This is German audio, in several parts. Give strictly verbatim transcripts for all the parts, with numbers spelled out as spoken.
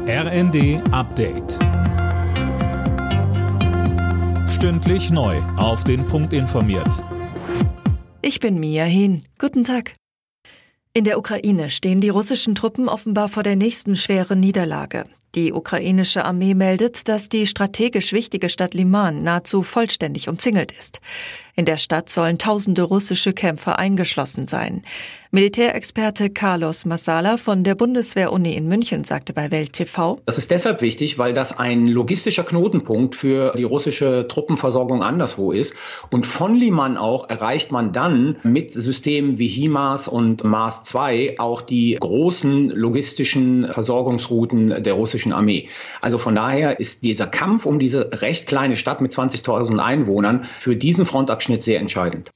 R N D Update. Stündlich neu auf den Punkt informiert. Ich bin Mia Hehn. Guten Tag. In der Ukraine stehen die russischen Truppen offenbar vor der nächsten schweren Niederlage. Die ukrainische Armee meldet, dass die strategisch wichtige Stadt Liman nahezu vollständig umzingelt ist. In der Stadt sollen tausende russische Kämpfer eingeschlossen sein. Militärexperte Carlos Massala von der Bundeswehr-Uni in München sagte bei Welt T V: Das ist deshalb wichtig, weil das ein logistischer Knotenpunkt für die russische Truppenversorgung anderswo ist. Und von Liman auch erreicht man dann mit Systemen wie HIMARS und Mars zwei auch die großen logistischen Versorgungsrouten der russischen Armee. Also von daher ist dieser Kampf um diese recht kleine Stadt mit zwanzigtausend Einwohnern für diesen Frontabschnitt sehr entscheidend.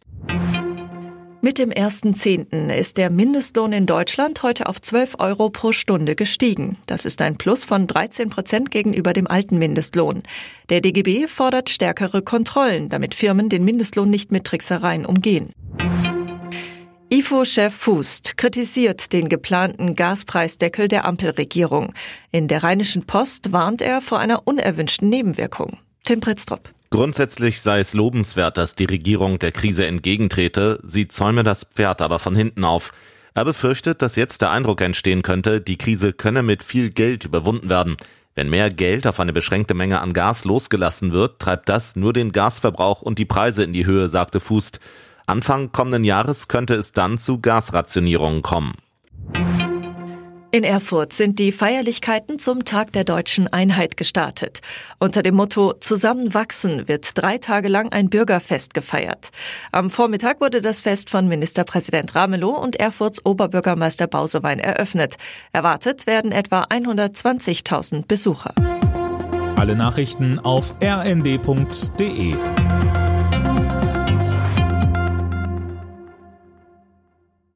Mit dem ersten Zehnten ist der Mindestlohn in Deutschland heute auf zwölf Euro pro Stunde gestiegen. Das ist ein Plus von dreizehn Prozent gegenüber dem alten Mindestlohn. Der D G B fordert stärkere Kontrollen, damit Firmen den Mindestlohn nicht mit Tricksereien umgehen. I F O-Chef Fußt kritisiert den geplanten Gaspreisdeckel der Ampelregierung. In der Rheinischen Post warnt er vor einer unerwünschten Nebenwirkung. Tim Pritztrup. Grundsätzlich sei es lobenswert, dass die Regierung der Krise entgegentrete, sie zäume das Pferd aber von hinten auf. Er befürchtet, dass jetzt der Eindruck entstehen könnte, die Krise könne mit viel Geld überwunden werden. Wenn mehr Geld auf eine beschränkte Menge an Gas losgelassen wird, treibt das nur den Gasverbrauch und die Preise in die Höhe, sagte Fußt. Anfang kommenden Jahres könnte es dann zu Gasrationierungen kommen. In Erfurt sind die Feierlichkeiten zum Tag der Deutschen Einheit gestartet. Unter dem Motto Zusammenwachsen wird drei Tage lang ein Bürgerfest gefeiert. Am Vormittag wurde das Fest von Ministerpräsident Ramelow und Erfurts Oberbürgermeister Bausewein eröffnet. Erwartet werden etwa hundertzwanzigtausend Besucher. Alle Nachrichten auf r n d punkt d e.